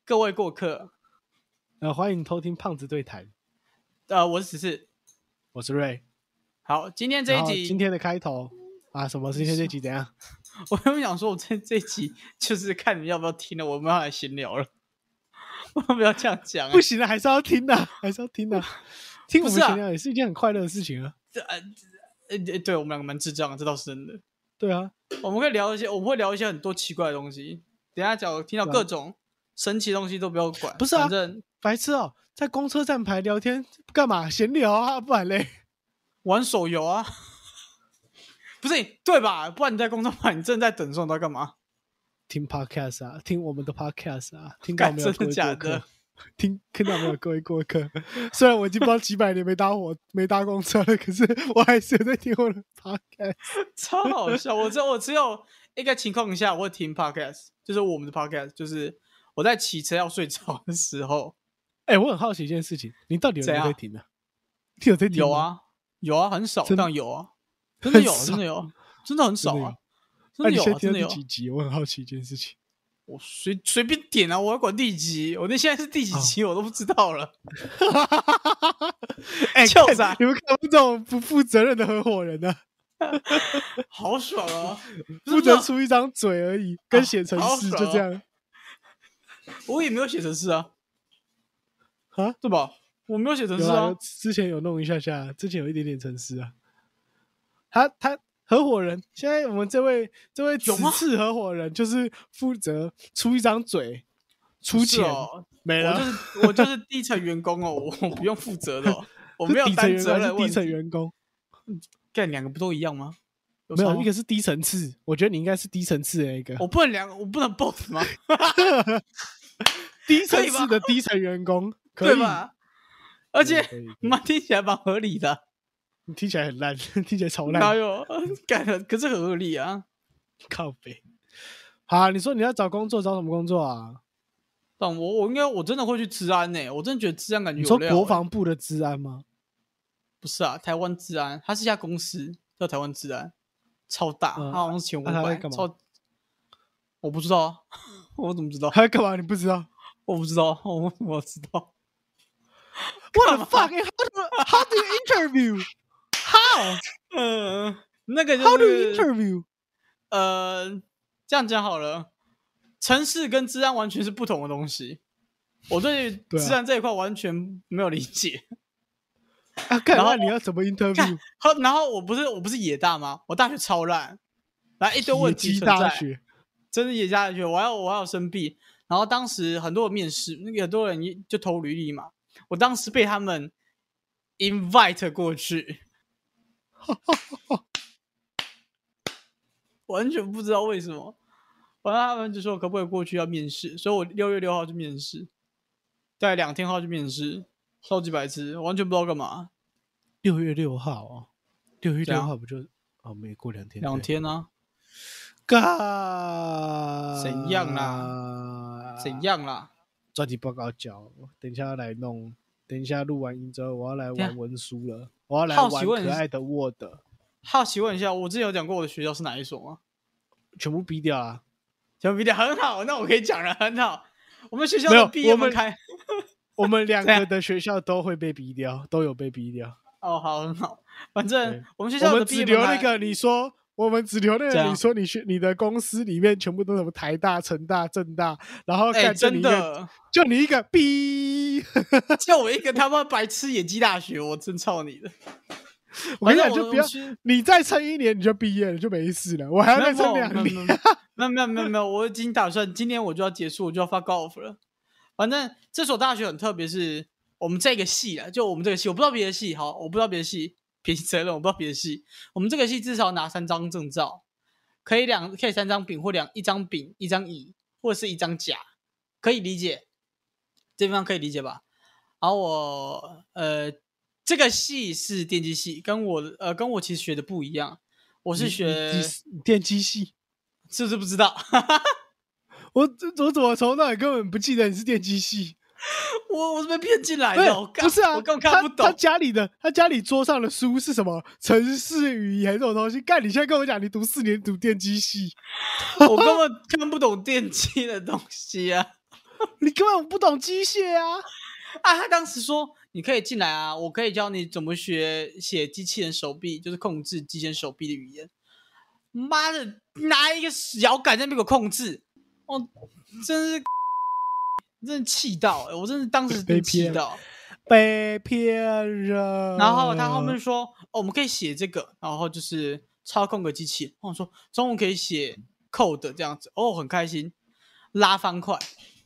各位过客， 欢迎偷听胖子对谈。 我是14， 我是瑞。 好，今天这一集， 今天的开头啊，什么？今天这集怎样？ 我原本想说，我这一集就是看你们要不要听了，我们要来闲聊了。我不要这样讲、 不行了，还是要听的，还是要听的。听我们闲聊也是一件很快乐的事情啊。 对，我们两个蛮智障的，这倒是真的。 对啊， 我们会聊一些很多奇怪的东西。等一下讲听到各种神奇的东西都不要管。 不是啊， 反正白痴哦，在公车站牌聊天干嘛？闲聊啊，不然嘞， 玩手游啊。不是对吧？不然你在公车牌，你正在等的时候你在干嘛？ 听 podcast 啊，听我们的 podcast 啊，听到没有？ 真的假的？ 听到没有，各位过客？虽然我已经不知道几百年没搭公车了，可是我还是有在听我的 podcast， 超好笑。我只有一个情况下我会听 podcast， 就是我们的 podcast， 就是我在骑车要睡着的时候。 我很好奇一件事情，你到底有没有在听呢？你有在听吗？ 有啊，很少，当然有啊，真的有，真的很少啊，真的有啊，真的有。 几集？我很好奇一件事情。 我随便点啊，我要管第几集，我那现在是第几集我都不知道了。 臭仔，你们看不这种不负责任的合伙人啊？ 好爽啊！ 负责出一张嘴而已，跟写程式就这样。 我也没有写程式啊，对吧？我没有写程式啊，之前有弄一下，之前有一点点程式啊。他合伙人，现在我们这位此次合伙人就是负责出一张嘴，出钱没了。 我就是低层员工哦，我不用负责的哦，我没有担责任问题。 低层员工， 干两个不都一样吗？ 没有，一个是低层次，我觉得你应该是低层次的那个。 我不能 both 吗？ 低层次的低层员工， 对吧？而且听起来蛮合理的。 你听起来很烂，听起来超烂。 哪有？可是很合理啊！ 靠北。好，你说你要找工作，找什么工作啊？ 但我真的会去治安呢。我真的觉得治安感觉有料。 你说国防部的治安吗？ 不是啊，台湾治安，它是一家公司叫台湾治安，超大，它好像是前500，超。我不知道啊，我怎么知道？ 他在干嘛？你不知道？ 我不知道，我知道。 What the fuck? How do you interview? How? 那个就是 How do you interview? 这样讲好了，程式跟治安完全是不同的东西。我对治安这一块完全没有理解。 然后你要怎么 interview？ 然后我不是野大吗？我大学超烂，然后一堆问题存在。 大学真的野大学，我要生病。然后当时很多人面试，很多人就投履历嘛。我当时被他们 invite 过去，完全不知道为什么。完了，他们就说可不可以过去要面试，所以我6月6号去面试，大概2天后去面试，超级白痴，完全不知道干嘛。 6月6号哦，6月6号不就没过2天？2 天啊！怎样啦？ 专题报告交，等一下来弄。等一下录完音之后，我要来玩文书了。我要来玩可爱的 Word。 好奇问一下，我之前有讲过我的学校是哪一所吗？ 全部逼掉啊！ 全部逼掉，很好。那我可以讲了，很好。我们学校的毕业门开， 我们2个的学校都会被逼掉，都有被逼掉。 哦，好，很好。反正我们学校的毕业门开， 我们只留那个你说。我们只留那个，你说你的公司里面全部都什么台大、成大、政大，然后真的就你一个逼， 就我一个他妈白痴野鸡大学，我真操你的！ 我跟你讲，就不要你再撑1年你就毕业了，就没事了。我还要再撑2 年。没有，我已经打算今年我就要结束，我就要fuck off了。反正这所大学很特别，是我们这个系啦，就我们这个系，我不知道别的系，好，我不知道别的系。撇清责任，我不知道别的系。我们这个系至少拿3张证照，可以3张丙或1张丙1张乙，或者是1张甲，可以理解。这地方可以理解吧？然后我这个系是电机系，跟我其实学的不一样。我是学电机系， 是不是不知道？ 我怎么从那里根本不记得你是电机系？ 我是被骗进来的， 不是啊， 我根本看不懂。 他家里桌上的书是什么？程式语言这种东西？干，你现在跟我讲你读4年读电机系， 我根本看不懂电机的东西啊！ 你根本不懂机械啊！ 啊，他当时说你可以进来啊，我可以教你怎么写机器人手臂，就是控制机器人手臂的语言。妈的，拿一个摇杆在那边给我控制，哦，真是气到、我真是当时真气到。 被骗了。 然后他后面说，哦，我们可以写这个，然后就是操控个机器。我说中文可以写 code 这样子，哦，很开心，拉方块。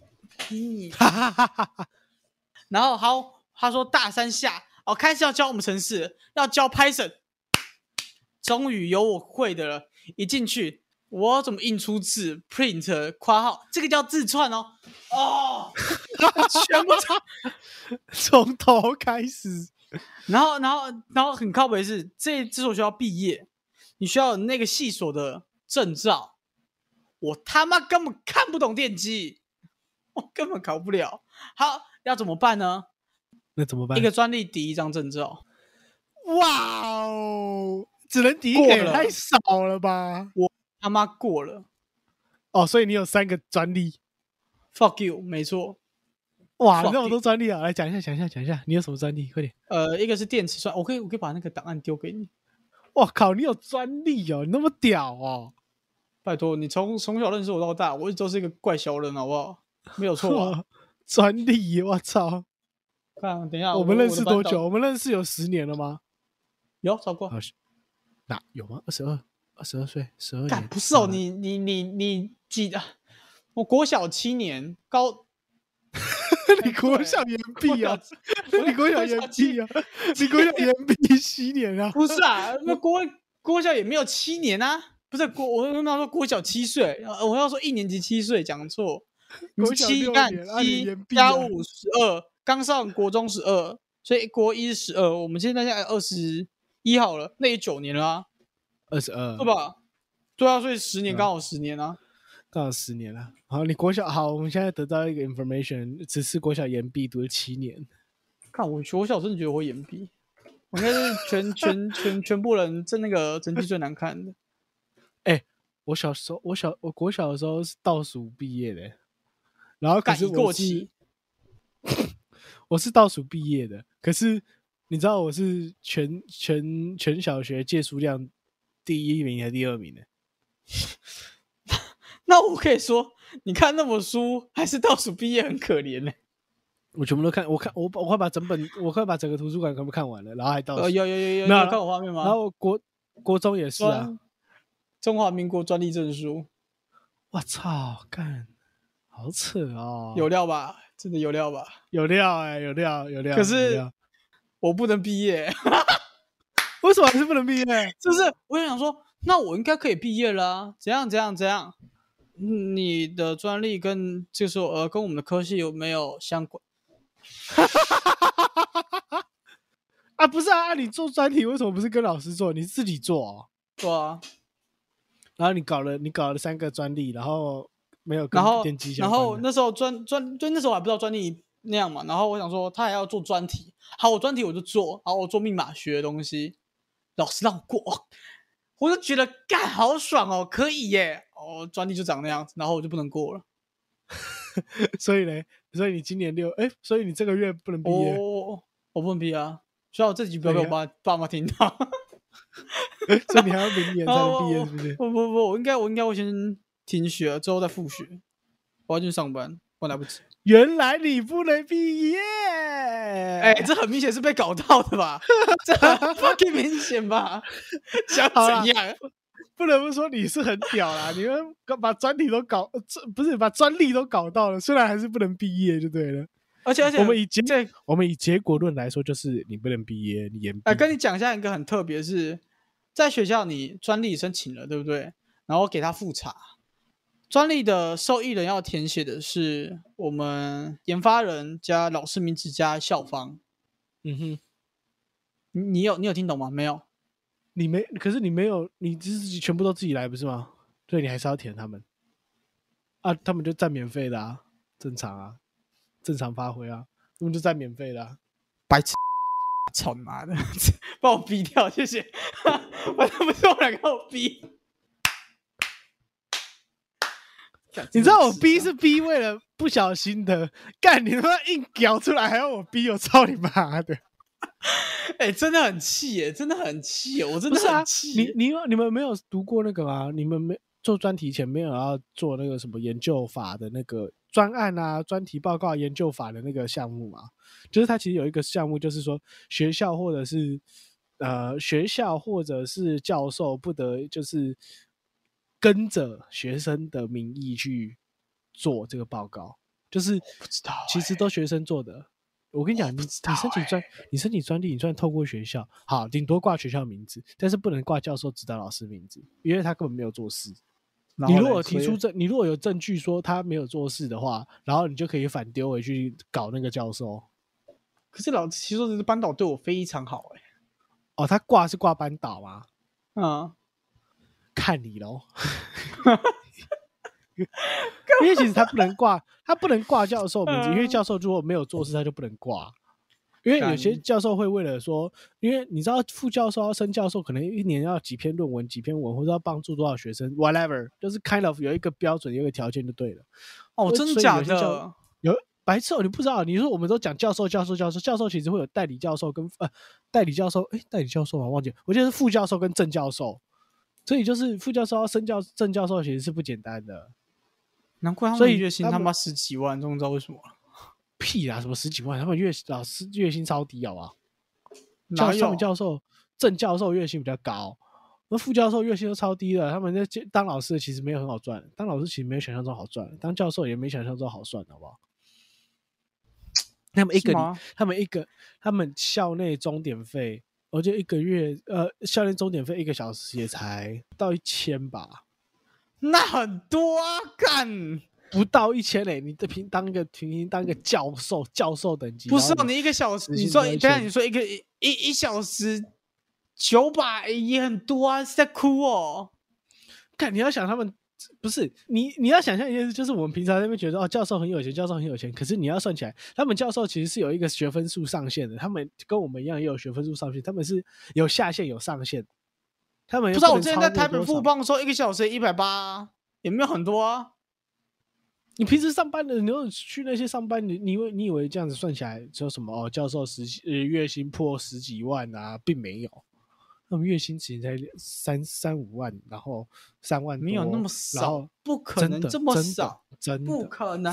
然后好，他说大三下，哦，开始要教我们程式，要教 Python。终于有我会的了，一进去，我怎么印出字 print 括号，这个叫字串哦，哦，全部从头开始。 然后很靠北是这所学校毕业，你需要有那个系所的证照，我他妈根本看不懂电机，我根本考不了。好，要怎么办呢？ 那怎么办？ 一个专利抵一张证照。 哇哦，只能抵一个，也太少了吧？ 我他妈过了。 哦，所以你有3个专利。 Fuck you， 没错。 哇，那么多专利啊！来讲一下，你有什么专利？快点。 一个是电池专，我可以把那个档案丢给你。 哇靠，你有专利哦，你那么屌哦！ 拜托，你从小认识我到大，我一直都是一个怪小人，好不好？没有错啊。 专利，我操！ 看，等一下， 我们认识多久？我们认识有10年了吗？ 有超过。 那有吗？22岁，12年。 不是哦，你几的？我国小7年， 你国小延毕啊？你国小延毕啊？你国小延毕7年啊？ 不是啊，那国小也没有7年啊。不是我跟他说国小7岁，我要说1年级7岁，讲错。 国小6年 7加5 12，刚上国中12，所以国1是12，我们现在21好了，那也9年了啊。 22， 对吧？对啊，所以10年刚好10年啊。 刚好10年了。好，你国小好，我们现在得到一个 information， 只是国小延毕读了7年。 看我国小真的觉得我会延毕，我应该是全部人那个成绩最难看的。 我国小的时候是倒数毕业的，然后可是我是倒数毕业的，可是你知道我是全小学借书量第1名还是第2名的？ 那我可以说，你看那么书还是倒数毕业很可怜呢。 我全部都看，我快把整个图书馆全部看完了，然后还倒数。 有看我画面吗？ 然后国中也是啊， 中华民国专利证书。 我操，干，好扯哦！ 有料吧？真的有料吧？ 有料有料。 可是我不能毕业。 为什么还是不能毕业？ 就是我想说，那我应该可以毕业了，怎样？你的专利跟就是跟我们的科系有没有相关？ 啊，不是啊，你做专题为什么不是跟老师做？你是自己做哦？ 对啊。 然后你搞了3个专利，然后没有跟电机相关的。 然后那时候就那时候我还不知道专利那样嘛，然后我想说他还要做专题，好，我专题我就做，好，我做密码学的东西，老师让我过，我就觉得干好爽哦，可以耶，哦，专利就长那样子，然后我就不能过了。 所以你今年所以你这个月不能毕业。 我不能毕业啊，所以我这集不要被我爸妈听到。 所以你还要明年才能毕业，是不是？ 不，我应该会先停学，之后再复学。我要去上班，我来不及。 原来你不能毕业， 这很明显是被搞到的吧？这很 fucking 明显吧？想怎样？ 不得不说你是很屌啦！你们把专利都搞，不是把专利都搞到了，虽然还是不能毕业就对了。 而且我们以结果论来说，就是你不能毕业，你延毕。 跟你讲一下一个很特别的是，在学校你专利申请了，对不对？然后给他复查，专利的受益人要填写的是我们研发人加老师名字加校方。你有听懂吗？没有。 可是你没有，你自己全部都自己来不是吗？所以你还是要填他们啊，他们就占免费的啊，正常啊，正常发挥啊，他们就占免费的啊， 白痴，操你妈的，把我逼掉，谢谢。反正不是我俩给我逼。 你知道我逼是逼为了不小心的，干你他妈硬屌出来还要我逼，我操你妈的！ 哎、真的很气耶，真的很气耶，我真的不是啊很，气。 你们没有读过那个吗？你们没做专题前没有要做那个什么研究法的那个专案啊、专题报告、研究法的那个项目吗？就是它其实有一个项目，就是说学校或者是教授不得就是跟着学生的名义去做这个报告，就是不知道其实都学生做的。我跟你讲，你申请专利，你算透过学校，好，顶多挂学校名字，但是不能挂教授、指导老师名字，因为他根本没有做事。你如果你如果有证据说他没有做事的话，然后你就可以反丢回去搞那个教授。 可是老其实说的是班导对我非常好哎。 哦，他挂是挂班导吗？ 嗯， 看你咯。因为其实他不能挂教授名字，因为教授如果没有做事，他就不能挂。因为有些教授会为了说，因为你知道副教授要升教授，可能一年要几篇论文，或者要帮助多少学生 ，whatever， 就是 kind of 有一个标准，有一个条件就对了。 哦，真的假的？ 有白痴哦，你不知道？你说我们都讲教授，教授其实会有代理教授跟代理教授，代理教授我忘记了，我记得是副教授跟正教授，所以就是副教授要升正教授其实是不简单的。 难怪他们月薪他妈10几万，终于知道为什么了。 屁啦，什么10几万？他们老师月薪超低好不好？教授、正教授月薪比较高，那副教授月薪都超低的。他们在当老师其实没有很好赚，当老师其实没有想象中好赚，当教授也没想象中好赚，好不好？他们校内钟点费，我觉得一个月校内钟点费1个小时也才不到1000吧。 那很多啊，干不到1000嘞！你当一个教授等级， 不是你1个小时，你说等下你说一小时900也很多啊，是在哭哦。 看你要想他们不是你要想象一件事，就是我们平常在那边觉得教授很有钱，可是你要算起来，他们教授其实是有一个学分数上限的，他们跟我们一样也有学分数上限，他们是有下限有上限。他们不知道我之前在台北富邦的时候，1个小时180，也没有很多啊。 你平时上班的，你去那些上班，你以为这样子算起来说什么教授月薪破10几万啊，并没有，他们月薪其实才3、5万，然后3万多， 没有那么少，不可能这么少， 真的不可能。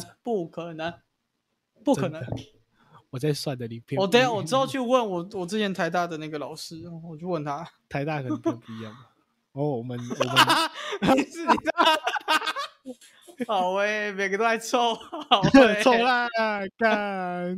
我在算的里面， 等一下我之后去问我之前台大的那个老师，我去问他， 台大可能不一样。我们你是好欸，每个都在臭，好臭啦，干，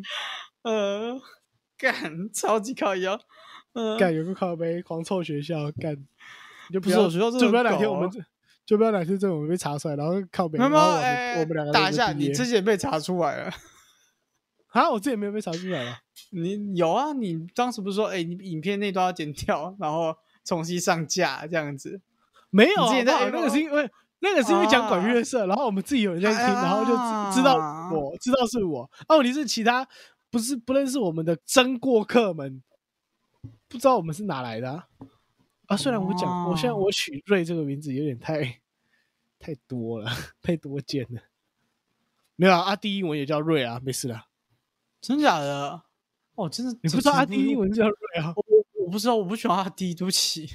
干，超级靠腰， 干有个靠背狂臭学校，干，就不是我学校， 就不要哪天我们被查出来，然后靠背，然后我们两个打一下，你之前被查出来了。 啊，我之前没有被查出来了。 你有啊？你当时不是说，你影片那段要剪掉，然后重新上架这样子？ 没有，那个是因为讲管乐社，然后我们自己有人在听，然后就知道是我。问题是其他不认识我们的真过客们，不知道我们是哪来的啊？虽然我取瑞这个名字有点太多了，太多见了。没有啊，第一英文也叫瑞啊，没事啦。 真假的？哦，真的， 你不知道阿弟英文叫瑞啊？ 我不知道，我不喜欢阿弟，对不起。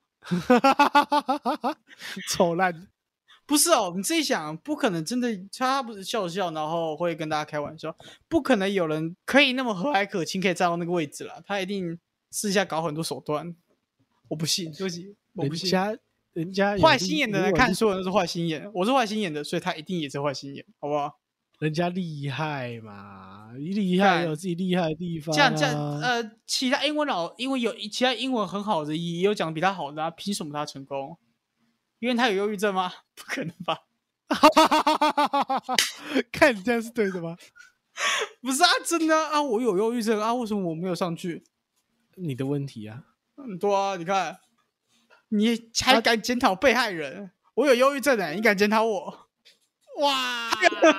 丑烂。 不是哦，你自己想，不可能真的，他不是笑，然后会跟大家开玩笑，不可能有人可以那么和蔼可亲，可以站到那个位置了。他一定私下搞很多手段。我不信，对不起，我不信。 人家坏心眼的人看所有人都是坏心眼，我是坏心眼的，所以他一定也是坏心眼，好不好？ 人家厉害嘛，厉害有自己厉害的地方、啊。 这样，其他英文有其他英文很好的，也有讲比他好的啊，凭什么他成功？因为他有忧郁症吗？不可能吧！ 看你这样是对的吗？ 不是啊，真的啊，我有忧郁症啊，为什么我没有上去？ 你的问题啊， 很多啊，你看，你还敢检讨被害人？我有忧郁症你敢检讨我？ 哇！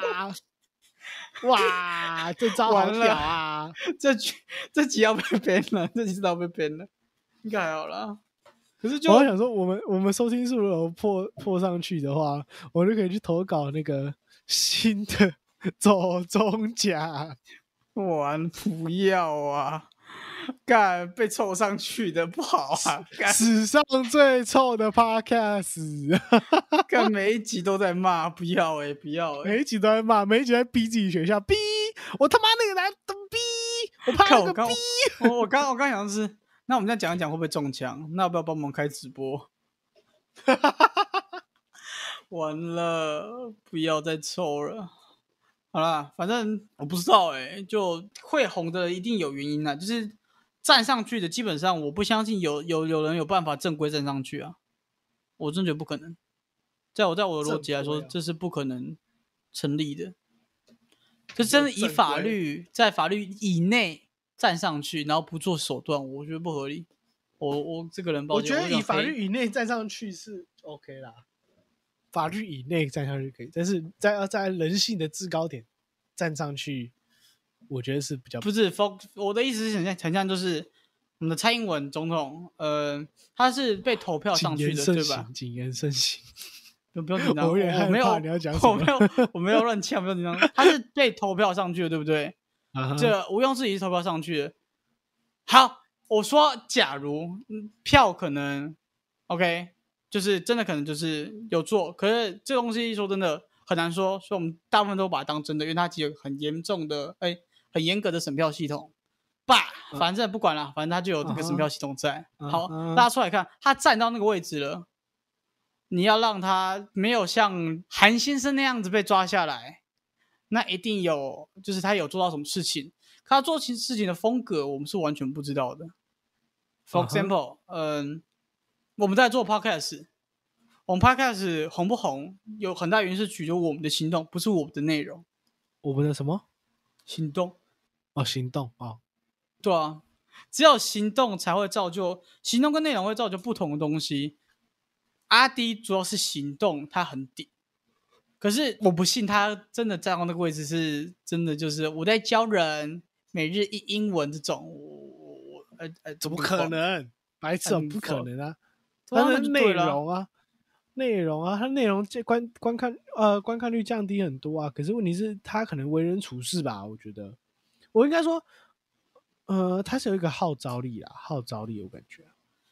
哇，这招好屌啊！ 这集要被 ban 了，这集知道被 ban 了，应该还好啦。 可是就我想说，我们收听数如果破上去的话，我就可以去投稿那个新的走中奖。 玩不要啊！干被凑上去的不好啊！干史上最臭的 podcast， 干每一集都在骂，不要不要每一集都在骂，每一集在逼自己学校，逼我他妈那个男的逼，我怕那个逼。 我刚想的是，那我们这样讲一讲会不会中枪？那要不要帮忙开直播？完了，不要再抽了。好啦，反正我不知道就会红的一定有原因啊，就是站上去的，基本上我不相信有人有办法正规站上去啊，我真觉得不可能。在我的逻辑来说，这是不可能成立的。就真的以法律在法律以内站上去，然后不做手段，我觉得不合理。我这个人抱歉， 我觉得以法律以内站上去是 OK 啦，法律以内站上去可以，但是在人性的制高点站上去，我觉得是比较不是。我的意思是很像就是我们的蔡英文总统，他是被投票上去的，对吧？ 谨言慎行。 不用紧张， 我有点害怕你要讲什么。 我没有乱呛，不用紧张。他是被投票上去的，对不对？这毋庸置疑是投票上去的。好，我说假如票可能 OK， 就是真的可能就是有做，可是这东西说真的很难说，所以我们大部分都把它当真的，因为它其实有很严重的很严格的审票系统。反正不管了，反正它就有这个审票系统在。好，大家出来看，他站到那个位置了。你要让他没有像韩先生那样子被抓下来，那一定有，就是他有做到什么事情，可他做事情的风格我们是完全不知道的。For example，我们在做 podcast， 我们 podcast 红不红，有很大原因是取决于我们的行动，不是我们的内容。 我们的什么行动？ 行动哦， 对啊，只有行动才会造就，行动跟内容会造就不同的东西。阿迪主要是行动，他很顶，可是我不信他真的站到那个位置是真的，就是我在教人每日英文这种， 怎么可能？白痴，不可能啊！ 他的内容啊，它内容观看率降低很多啊。可是问题是，他可能为人处事吧，我觉得，我应该说，他是有一个号召力啦，我感觉，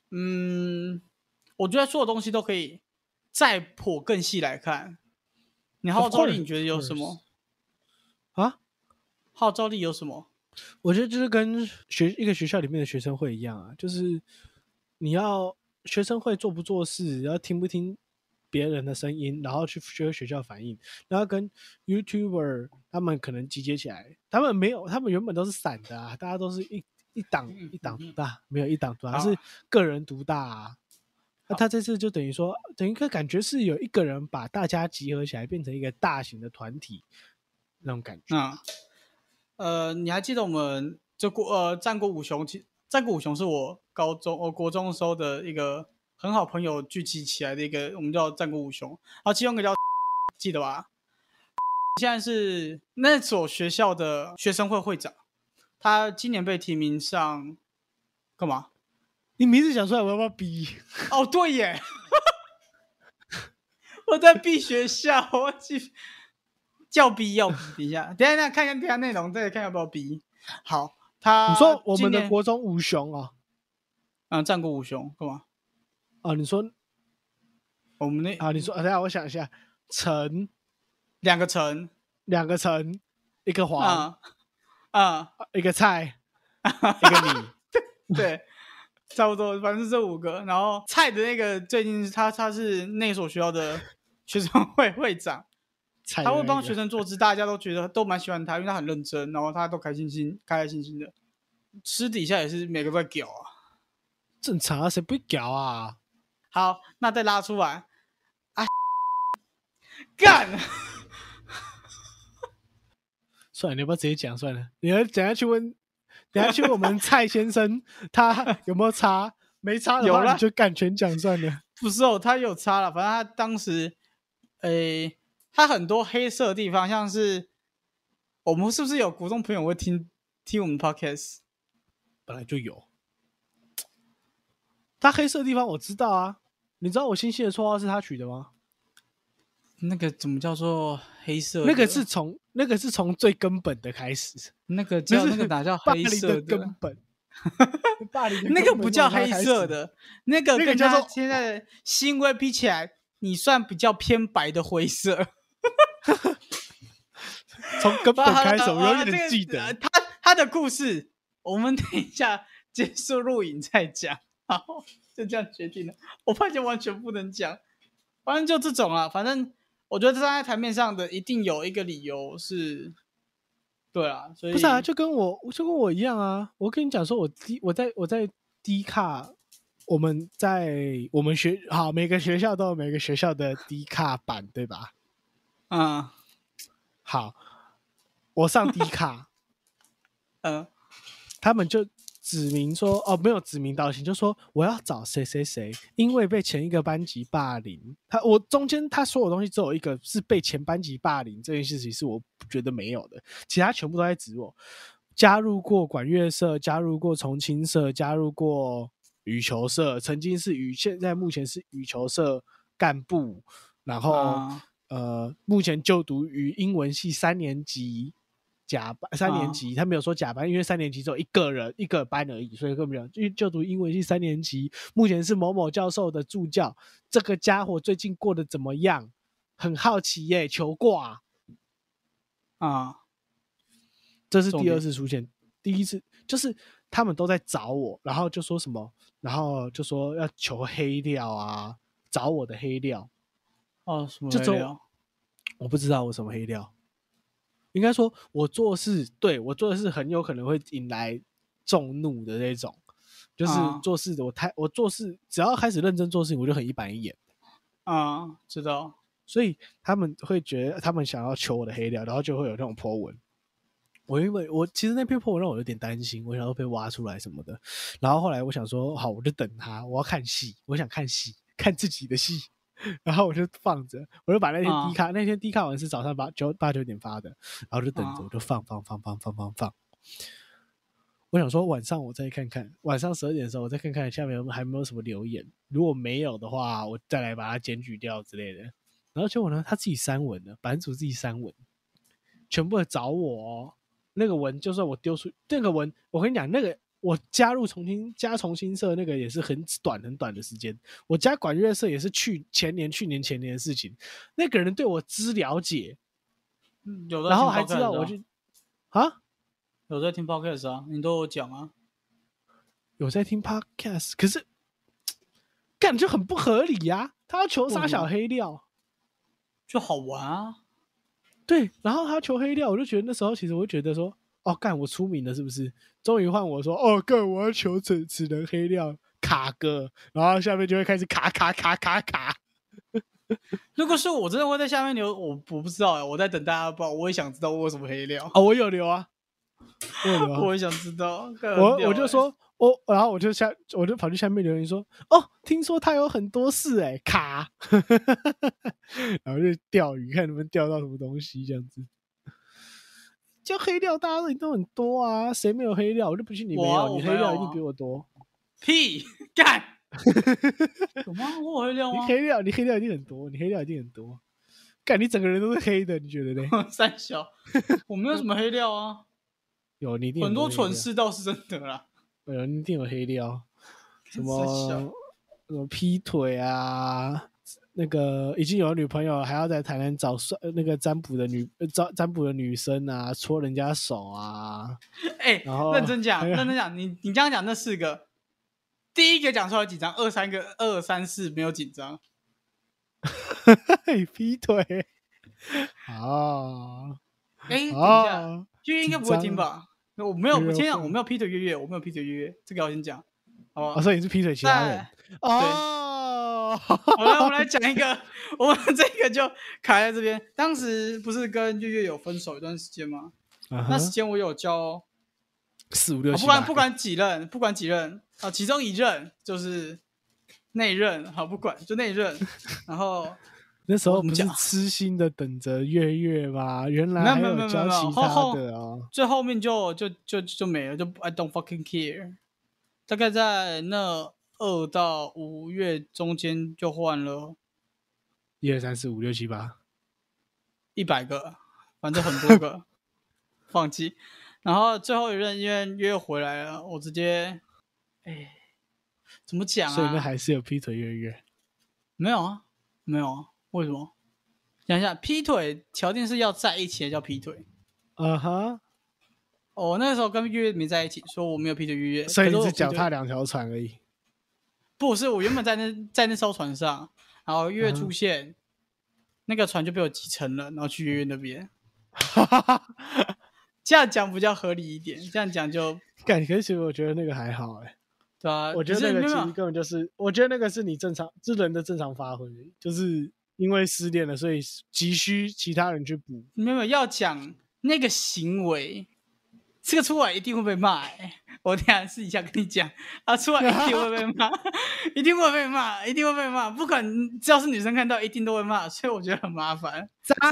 我觉得所有东西都可以再剖更细来看。你号召力你觉得有什么啊？ 号召力有什么？ 我觉得就是跟一个学校里面的学生会一样啊，就是你要学生会做不做事，然后听不听别人的声音，然后去学校反映，然后跟 YouTuber 他们可能集结起来，他们原本都是散的啊，大家都是一党独大，没有一党独大，是个人独大啊。那他这次就等于一个感觉是有一个人把大家集合起来，变成一个大型的团体那种感觉。 你还记得我们战国五雄？战国五雄是我国中时候的一个很好朋友聚集起来的一个，我们叫战国五雄。然后其中一个叫记得吧？现在是那所学校的学生会会长，他今年被提名上干嘛？ 你名字讲出来，我要不要逼？ 哦，对耶，我在逼学校，我去叫逼要逼一下，等一下看一下内容，再看要不要逼。好， 你说我们的国中五雄啊？ 战国五雄干嘛？ 你说我们那你说等一下我想一下，陈两个陈， 一个黄一个蔡， 一个你，对。差不多，反正是这5个。然后蔡的那个最近他是那所学校的学生会会长，他会帮学生做事，大家都觉得都蛮喜欢他，因为他很认真，然后他都开开心心的。私底下也是每个都在屌啊， 正常啊，谁不会屌啊？ 好，那再拉出来干！ 算了，你要不要直接讲算了？你要等下去问我们蔡先生，他有没有差？没差的话，你就全讲算了。 不是他有差了，反正他当时，他很多黑色的地方，像是我们是不是有国中朋友会听我们 podcast？ 本来就有， 他黑色的地方我知道啊，你知道我星系的绰号是他取的吗？ 那个怎么叫做黑色的？ 那个是从最根本的开始， 那个哪叫黑色的根本？霸凌的那个不叫黑色的，那个跟他现在的行为比起来，你算比较偏白的灰色。 从根本开始，我永远记得他的故事，我们等一下结束录影再讲。好，就这样决定了。我发现完全不能讲，反正就这种啊。反正我觉得站在台面上的一定有一个理由是，对啊，所以不是啊，就跟我一样啊。我跟你讲说，我在 D 卡，我们每个学校都有每个学校的 D 卡版，对吧？ 嗯， 好，我上 D 卡，他们就指明说，没有指名道姓，就说我要找谁谁谁，因为被前一个班级霸凌。我中间他所有东西只有一个是被前班级霸凌这件事情是我觉得没有的，其他全部都在指我加入过管乐社，加入过重青社，加入过羽球社，曾经是现在目前是羽球社干部，然后、目前就读于英文系3年级。3年级，他没有说甲班，因为3年级只有一个班而已，所以根本没有。因为就读英文系3年级，目前是某某教授的助教。这个家伙最近过得怎么样？很好奇耶，求挂啊！ 这是第二次出现，第一次就是他们都在找我，然后就说什么，然后就说要求黑料啊，找我的黑料。 什么黑料？ 我不知道我什么黑料。应该说我做事很有可能会引来众怒的那种，就是做事的我做事只要开始认真做事情，我就很一板一眼。 知道。 所以他们会觉得他们想要求我的黑料，然后就会有那种 po 文。因为我其实那篇 po 文让我有点担心，我想要被挖出来什么的。然后后来我想说，好，我就等他，我要看戏，我想看戏，看自己的戏。然后我就放着，我就把那天低卡，那天低卡完是早上8、9点发的，然后就等着，我就放。我想说晚上我再看看，晚上12点的时候我再看看下面还没有什么留言，如果没有的话，我再来把它检举掉之类的。然后结果呢，他自己删文了，版主自己删文，全部的找我那个文，就算我丢出那个文，我跟你讲那个。我加入重新社那个也是很短的时间，我加管乐社也是去年前年的事情。那个人对我知了解，然后还知道我就有在听 podcast 啊，你都有讲啊， 有在听 podcast， 可是感觉很不合理啊，他要求杀小黑料， 就好玩啊。 对，然后他求黑料，我就觉得那时候其实我就觉得说。干我出名了是不是？终于换我说干我要求此人黑料卡哥，然后下面就会开始卡。 如果是我真的会在下面留，我不知道我在等大家报，我也想知道我有什么黑料我有留啊， 我也想知道。 我就说然后我就跑去下面留言说听说他有很多事卡，然后就钓鱼，看能不能钓到什么东西这样子。就黑料大家都很多啊，谁没有黑料？我就不信你没有，你黑料一定比我多。 屁干！有吗？我有黑料吗？ 你黑料一定很多，干，你整个人都是黑的，你觉得呢？ 三小，我没有什么黑料啊。 有，你一定有很多蠢事倒是真的啦。 你一定有黑料，什么劈腿啊？那个已经有女朋友，还要在台南找那个占卜的女生啊，戳人家手啊。 认真讲，你刚刚讲那4个，第一个讲出来紧张，2、3、4没有紧张。 劈腿。 等一下，月月应该不会听吧？我没有，先讲我没有劈腿月月，我没有劈腿月月，这个我先讲，好吧？ 所以你是劈腿其他人。 好了，我们来讲一个，我们这个就卡在这边。当时不是跟月月有分手一段时间吗？那时间我有交 4、5、6、 7，不管几任其中一任就是内任，不管就内任。然后那时候不是痴心的等着月月吗？原来还有交其他的最面就没了，就 I don't fucking care。大概在那 2到5月中间就换了 1、2、3、4、5、6、7、8， 100个，反正很多个，放弃。然后最后一任因为约回来了，我直接，怎么讲啊？ 所以那还是有劈腿约。 没有啊，没有啊，为什么？想一下，劈腿条件是要在一起的叫劈腿。我那个时候跟月月没在一起，说我没有劈腿月月， 所以你是可是脚踏2条船而已。 不是，我原本在那艘船上，然后月月出现，那个船就被我击沉了，然后去月月那边。这样讲比较合理一点，这样讲就可是其实我觉得那个还好对啊。 我觉得那个其实根本就是，我觉得那个是你是人的正常发挥，就是因为失恋了，所以急需其他人去补。 没有要讲那个行为，这个出来一定会被骂。我等一下私底下跟你讲，出来一定会被骂，一定会被骂，一定会被骂，不管只要是女生看到，一定都会骂，所以我觉得很麻烦。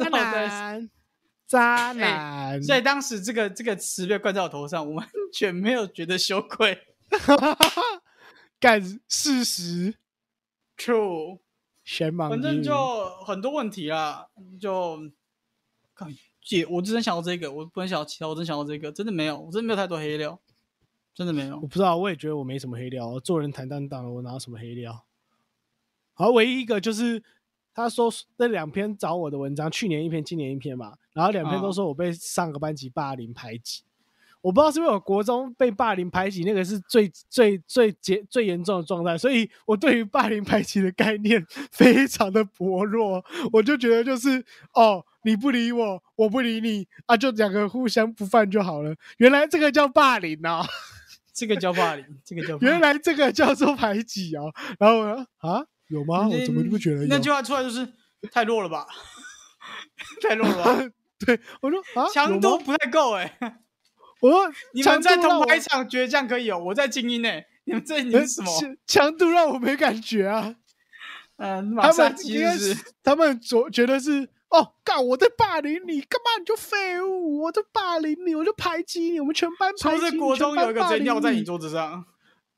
渣男， 所以当时这个词被冠在我头上，我完全没有觉得羞愧。 干事实 ，true， 反正就很多问题啦，就我只能想到这个，我不能想到其他，我真想到这个，真的没有，我真的没有太多黑料，真的没有。 我不知道，我也觉得我没什么黑料，做人坦荡荡的，我哪有什么黑料？好，唯一一个就是他说那2篇找我的文章，去年1篇，今年1篇嘛，然后2篇都说我被上个班级霸凌排挤。我不知道是因为我国中被霸凌排挤，那个是最严重的状态，所以我对于霸凌排挤的概念非常的薄弱。我就觉得就是你不理我，我不理你啊，就2个互相不犯就好了。原来这个叫霸凌啊！ 这个叫霸凌，这个叫霸凌原来这个叫做排挤啊！然后我说有吗？我怎么不觉得有？ 那句话出来就是太弱了吧，太弱了吧？ 对，我说强度不太够我说你们在同台场倔强可以我在精英你们这是什么？ 强度让我没感觉啊。 马杀鸡他们觉得是干我在霸凌你，干嘛你就废物？我在霸凌你，我就排挤你，我们全班排挤你。 是不是国中有一个直接尿在你桌子上？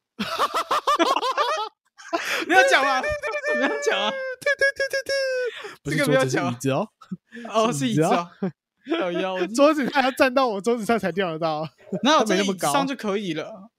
不要讲啊！不要讲啊！ 对， 这个不要讲。 椅子是椅子哦。 桌子他要站到我桌子上才吊得到， 哪有没那么高，上就可以了。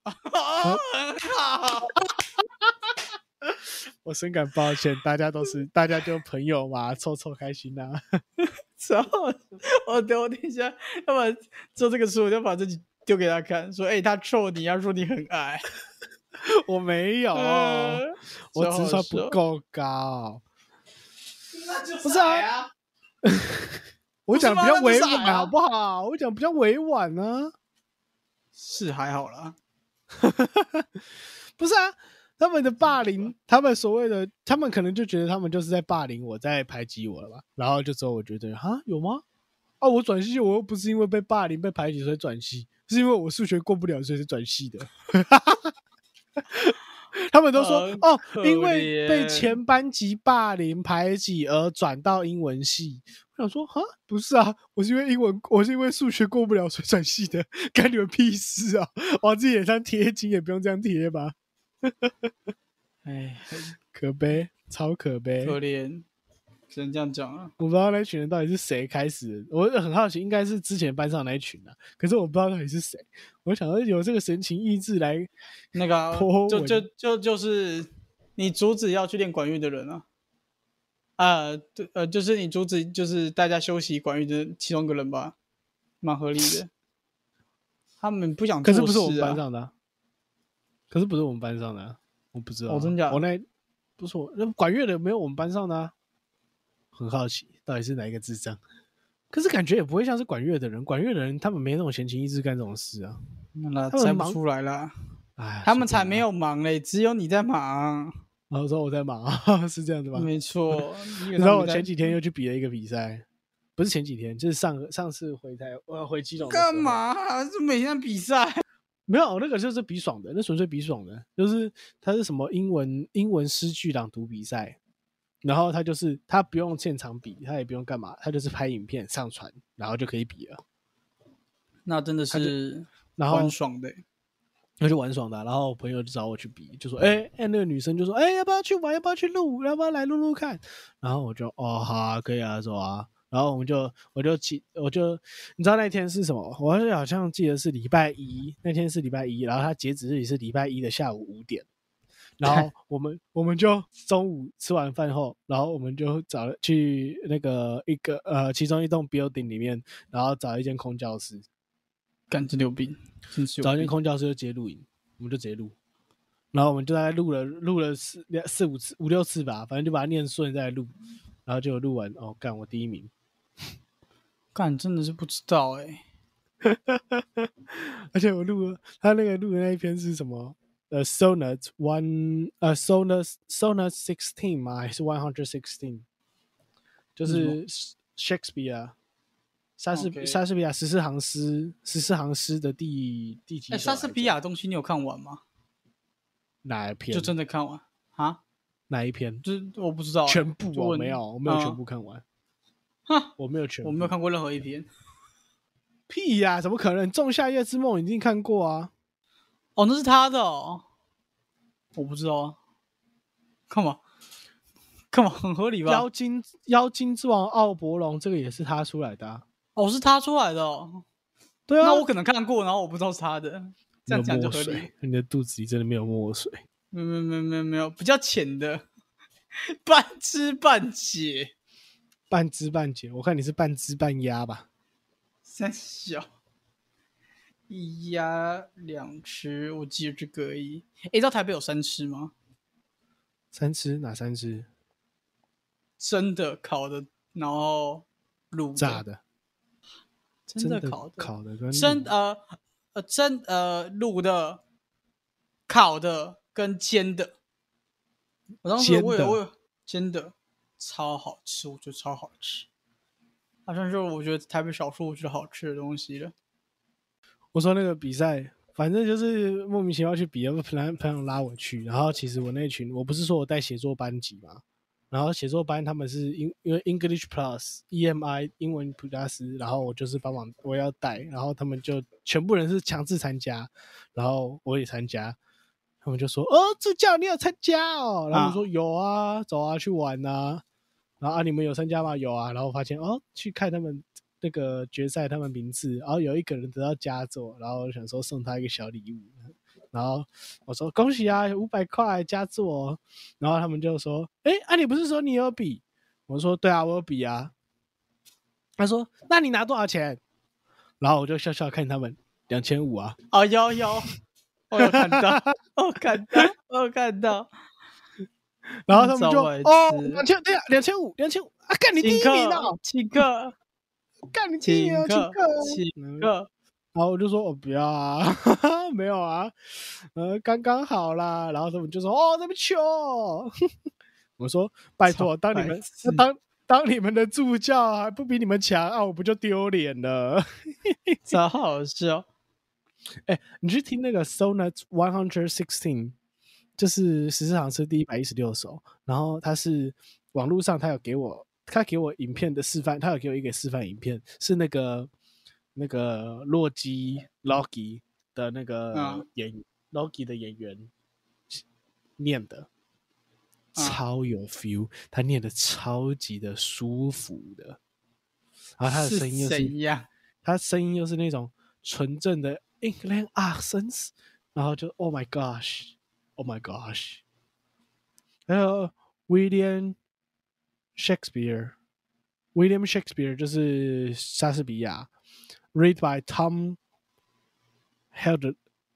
我深感抱歉，大家就朋友嘛，凑开心啊。 然后我等一下，要不然做这个书，我就把自己丢给他看，说他臭你，要说你很矮。 我没有，我只是说不够高。 那就是不是啊。我讲比较委婉好不好？我讲比较委婉呢。 是还好啦。 不是啊，他们的霸凌，他们所谓的，他们可能就觉得他们就是在霸凌我，在排挤我了吧？然后就之后我觉得有吗？我转系我又不是因为被霸凌被排挤所以转系，是因为我数学过不了所以是转系的。他们都说因为被前班级霸凌排挤而转到英文系。我想说不是啊，我是因为数学过不了所以转系的，干你们屁事啊！往自己脸上贴金也不用这样贴吧。可悲，超可悲， 可怜，只能这样讲啊。 我不知道那群人到底是谁开始的，我很好奇，应该是之前班上那一群啊，可是我不知道到底是谁。我想说有这个神情意志来那个就是你阻止要去练管乐的人就是你阻止就是大家休息管乐的其中一个人吧，蛮合理的。他们不想做事可是不是我们班上的可是不是我们班上的我不知道。 真假的？ 我不是我那管乐的没有我们班上的很好奇到底是哪一个智障。可是感觉也不会像是管乐的人，管乐的人他们没那种闲情逸致干这种事啊。 那猜不出来啦。他们才没有忙嘞，只有你在忙。 然后说我在忙是这样子吗？ 没错。 然后我前几天又去比了一个比赛，不是前几天，就是上次回基隆。 干嘛？是每天比赛？ 没有，那个就是比爽的，那纯粹比爽的，就是他是什么英文诗句朗读比赛，然后他不用现场比，他也不用干嘛，他就是拍影片上传，然后就可以比了。 那真的是蛮爽的。 那就玩爽的啊、然后我朋友就找我去比，就说那个女生就说要不要去玩，要不要去录，要不要来录录看？然后我就好啊，可以啊，走啊。然后你知道那天是什么？我好像记得是礼拜一，那天是礼拜一，然后它截止日也是礼拜一的下午5点。然后我们就中午吃完饭后，然后我们就去那个其中一栋 building 里面，然后找一间空教室， 干真有病，真是有找一间病。 空教室就直接录影，我们就直接录，然后我们就大概录了五六次吧，反正就把它念顺再录，然后就录完干我第1名， 干真的是不知道而且他那个录的那一篇是什么？Sonnet 16吗？还是 116？就是 Shakespeare 莎士比亚14行诗的第几首？ 莎士比亚的东西你有看完吗？ 哪一篇？ 就真的看完啊？ 哪一篇？ 就是我不知道全部我没有全部看完。我没有看过任何一篇。 屁呀、怎么可能？仲夏夜之梦一定看过啊！ 那是他的哦，我不知道啊。干嘛？很合理吧？ 妖精之王奥伯龙这个也是他出来的啊。 是他出来的哦。 对啊， 那我可能看过，然后我不知道是他的，这样讲就合理。 你的肚子里真的没有墨水？ 没有，比较浅的，半知半解。 半知半解，我看你是半知半鸭吧？ 三小一鸭2吃，我记得这个而已。知道台北有3吃吗 ？3吃哪3吃？ 真的烤的，然后卤的炸的， 真的烤的， 烤的跟真卤的、烤的跟煎的。我当时我有煎的，超好吃，我觉得超好吃。好像是我觉得台北少数我觉得好吃的东西了。 我说那个比赛，反正就是莫名其妙去比，朋友拉我去，然后其实我那群，我不是说我带写作班级嘛，然后写作班他们是因为 English Plus EMI 英文普拉斯，然后我就是帮忙我要带，然后他们就全部人是强制参加，然后我也参加，他们就说助教你有参加哦，然后我说有啊，走啊去玩啊，然后你们有参加吗？有啊，然后发现去看他们那个决赛他们名次，然后有一个人得到佳作，然后我想说送他一个小礼物，然后我说恭喜啊，500块佳作，然后他们就说你不是说你有比？我说对啊，我有比啊。他说那你拿多少钱？然后我就笑笑看他们2500啊。 有，我有看到，我有看到。 然后他们就2500啊，干你第1名啊！ 请客， 干你第1名啊！ 请客。 然后我就说不要啊，没有啊，刚刚好啦。然后他们就说这么糗。我说拜托，当你们的助教还不比你们强啊，我不就丢脸了？ 超好笑。 你去听那个 Sonnet 116，就是14行诗第116首，然后他是网络上他给我影片的示范，他有给我一个示范影片，是那个洛基 Logi 的那个Logi 的演员念的，超有 feel，他念的超级的舒服的，然后他的声音又是那种纯正的 England accents， 然后就 Oh my gosh， 还有 William Shakespeare 就是莎士比亚 ，read by Tom Hiddleston。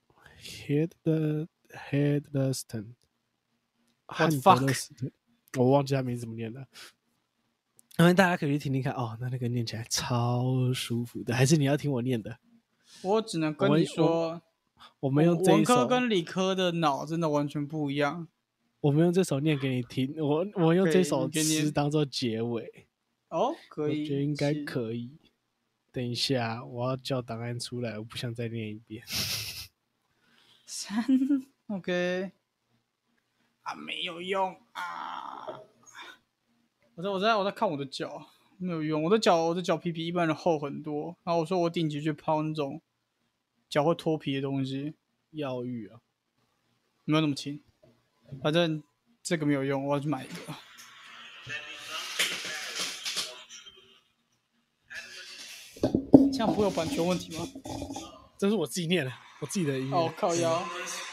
我忘记他名字怎么念了。然后大家可以去听听看那个念起来超舒服的，还是你要听我念的？ 我只能跟你说， 我们用这一首文科跟理科的脑真的完全不一样。 我们用这首念给你听，我用这首诗当做结尾。 可以， 我觉得应该可以。等一下，我要叫档案出来，我不想再念一遍。 OK 没有用啊！我在看我的脚，没有用。我的脚皮比一般人厚很多。然后我说我定期去泡那种脚会脱皮的东西， 药浴啊， 没有那么轻。反正这个没有用，我要去买一个。这样不会有版权问题吗？ 这是我自己念的，我自己的音乐。 哦，靠腰。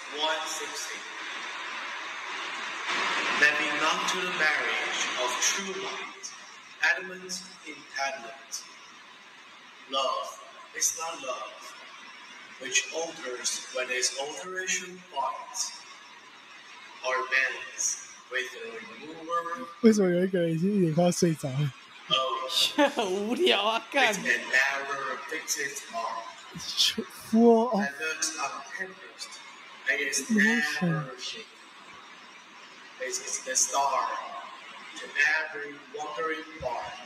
That belong to the marriage of true light, adamant in adamant. Love is not love, which alters when its alteration binds, or bends with the remover 为什么有一个人已经一点快要睡着了？ of 很无聊啊，干 it and never fixed mark. 我哦， That looks untempest and is never shaken. It is the star to every wandering bark,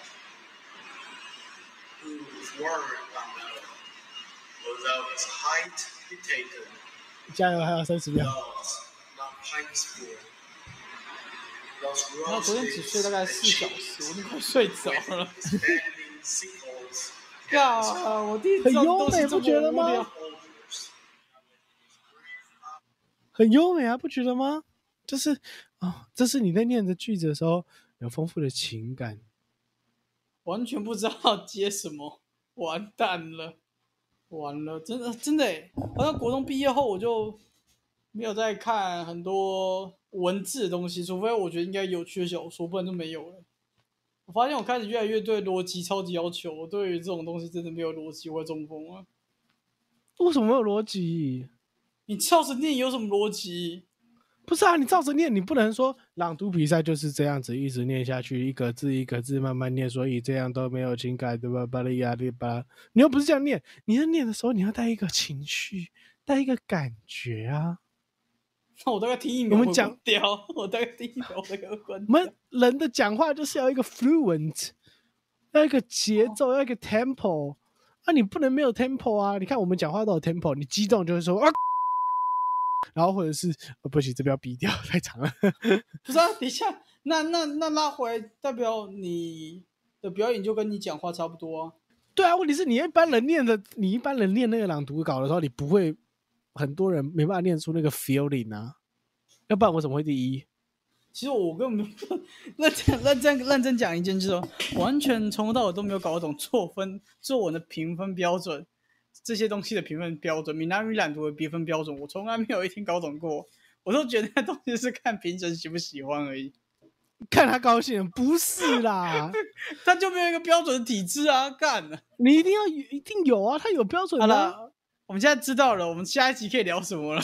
whose word unknown, although its height be taken, 加油，还有30秒。 loves not pines full. Those 我昨天只睡大概4小时，我都快睡着了。 expanding sickles 呀，我第一次知道东西这么无聊。 很优美啊，不觉得吗？就是这是你在念着句子的时候有丰富的情感。 完全不知道接什么，完蛋了，完了，真的耶，好像国中毕业后我就没有再看很多文字的东西，除非我觉得应该有趣的小说，不然就没有了。我发现我开始越来越对逻辑超级要求，我对于这种东西真的没有逻辑，我会中风了。 为什么没有逻辑？ 你照着念有什么逻辑？ 不是啊，你照着念，你不能说朗读比赛就是这样子一直念下去，一个字一个字慢慢念，所以这样都没有情感，对吧？巴拉呀哩巴，你又不是这样念，你在念的时候你要带一个情绪，带一个感觉啊。 那我大概听1秒， 我们讲掉，我大概听1秒，我大概会关我们人的讲话就是要一个 fluent， 要一个节奏，要一个 tempo 啊，你不能没有 tempo 啊。你看我们讲话都有 tempo， 你激动就会说啊。然后或者是不行，这边要逼掉，太长了。 不是啊，等一下，那拉回来，代表你的表演就跟你讲话差不多啊。 对啊，问题是你一般人念那个朗读稿的时候，你不会，很多人没办法念出那个 feeling 啊，要不然我怎么会第一？ 其实我根本认真讲一件，就是完全从头到尾都没有搞懂作文的评分标准，这些东西的评分标准，闽南语朗读的评分标准，我从来没有一天搞懂过。我都觉得那东西是看评审喜不喜欢而已， 看他高兴，不是啦， 他就没有一个标准的体制啊，干了。 你一定有啊，他有标准的、啊。 好了，我们现在知道了，我们下一集可以聊什么了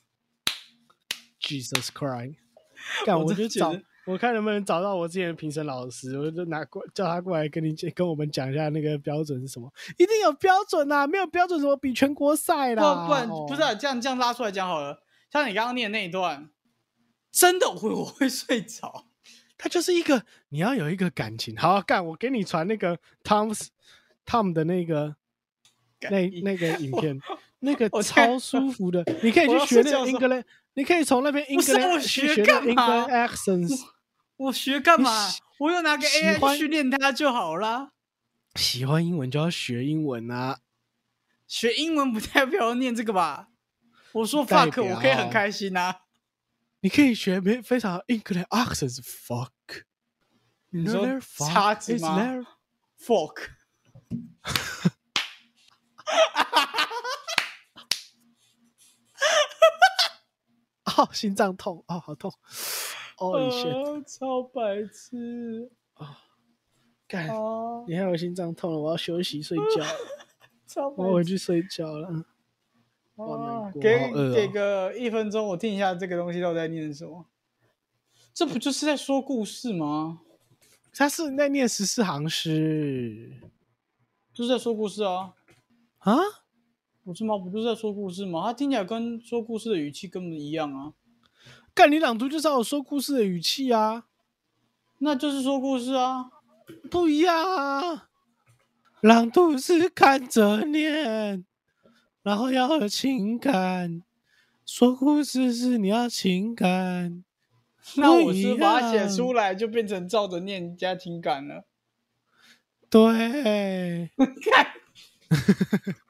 ？Jesus Christ！ 干，我就找，我看能不能找到我之前的评审老师，我就叫他过来跟我们讲一下那个标准是什么。一定有标准啊，没有标准怎么比全国赛啦？ 不然不是、啊、这样拉出来讲好了。像你刚刚念的那一段，真的我会睡着。 它就是一个你要有一个感情。好，干，我给你传那个 Tom 的那个那个影片，那个超舒服的，你可以去学那个 English， 你可以从那边 English 学那个 English accents。 我学干嘛？我有拿个 AI 训练它就好啦。 喜欢英文就要学英文啊！ 学英文不代表要念这个吧？我说 fuck， 我可以很开心啊。 你可以学非常 English accents fuck。 你说叉子吗 ？Fork。 哦，心脏痛哦，好痛！哦， 超白痴啊！干，你害我心脏痛了，我要休息睡觉了，我要回去睡觉了。 给个1分钟，我听一下这个东西到底在念什么。这不就是在说故事吗？ 他是在念14行诗， 就是在说故事啊！ 啊， 不是吗？不就是在说故事吗？他听起来跟说故事的语气根本一样啊！ 干，你朗读就是要有说故事的语气啊， 那就是说故事啊， 不一样啊！朗读是看着念。然后要有情感，说故事是你要情感。 那我是把它写出来，就变成照着念加情感了。 对，